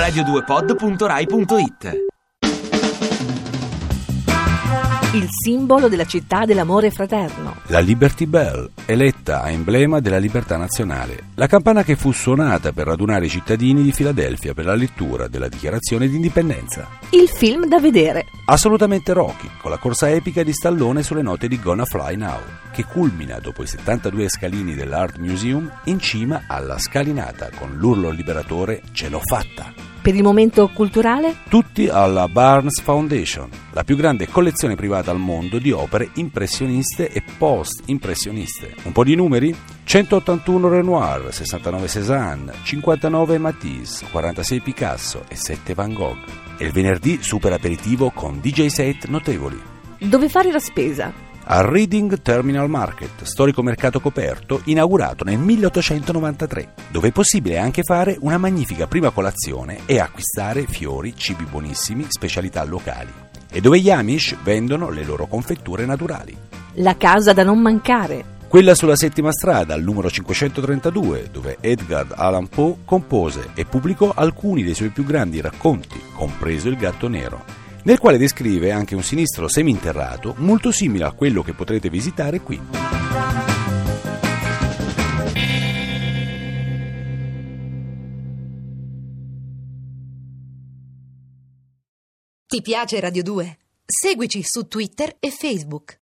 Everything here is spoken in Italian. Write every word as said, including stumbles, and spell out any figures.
radio due pod punto rai punto it. Il simbolo della città dell'amore fraterno. La Liberty Bell, eletta a emblema della libertà nazionale. La campana che fu suonata per radunare i cittadini di Filadelfia per la lettura della dichiarazione di indipendenza. Il film da vedere. Assolutamente Rocky, con la corsa epica di Stallone sulle note di Gonna Fly Now, che culmina dopo i settantadue scalini dell'Art Museum in cima alla scalinata con l'urlo liberatore "Ce l'ho fatta". Per il momento culturale? Tutti alla Barnes Foundation, la più grande collezione privata al mondo di opere impressioniste e post-impressioniste. Un po' di numeri? centottantuno Renoir, sessantanove Cézanne, cinquantanove Matisse, quarantasei Picasso e sette Van Gogh. E il venerdì super aperitivo con D J set notevoli. Dove fare la spesa? Al Reading Terminal Market, storico mercato coperto, inaugurato nel milleottocentonovantatré, dove è possibile anche fare una magnifica prima colazione e acquistare fiori, cibi buonissimi, specialità locali, e dove gli Amish vendono le loro confetture naturali. La casa da non mancare. Quella sulla Settima Strada, al numero cinquecentotrentadue, dove Edgar Allan Poe compose e pubblicò alcuni dei suoi più grandi racconti, compreso Il gatto nero, nel quale descrive anche un sinistro seminterrato molto simile a quello che potrete visitare qui. Ti piace Radio due? Seguici su Twitter e Facebook.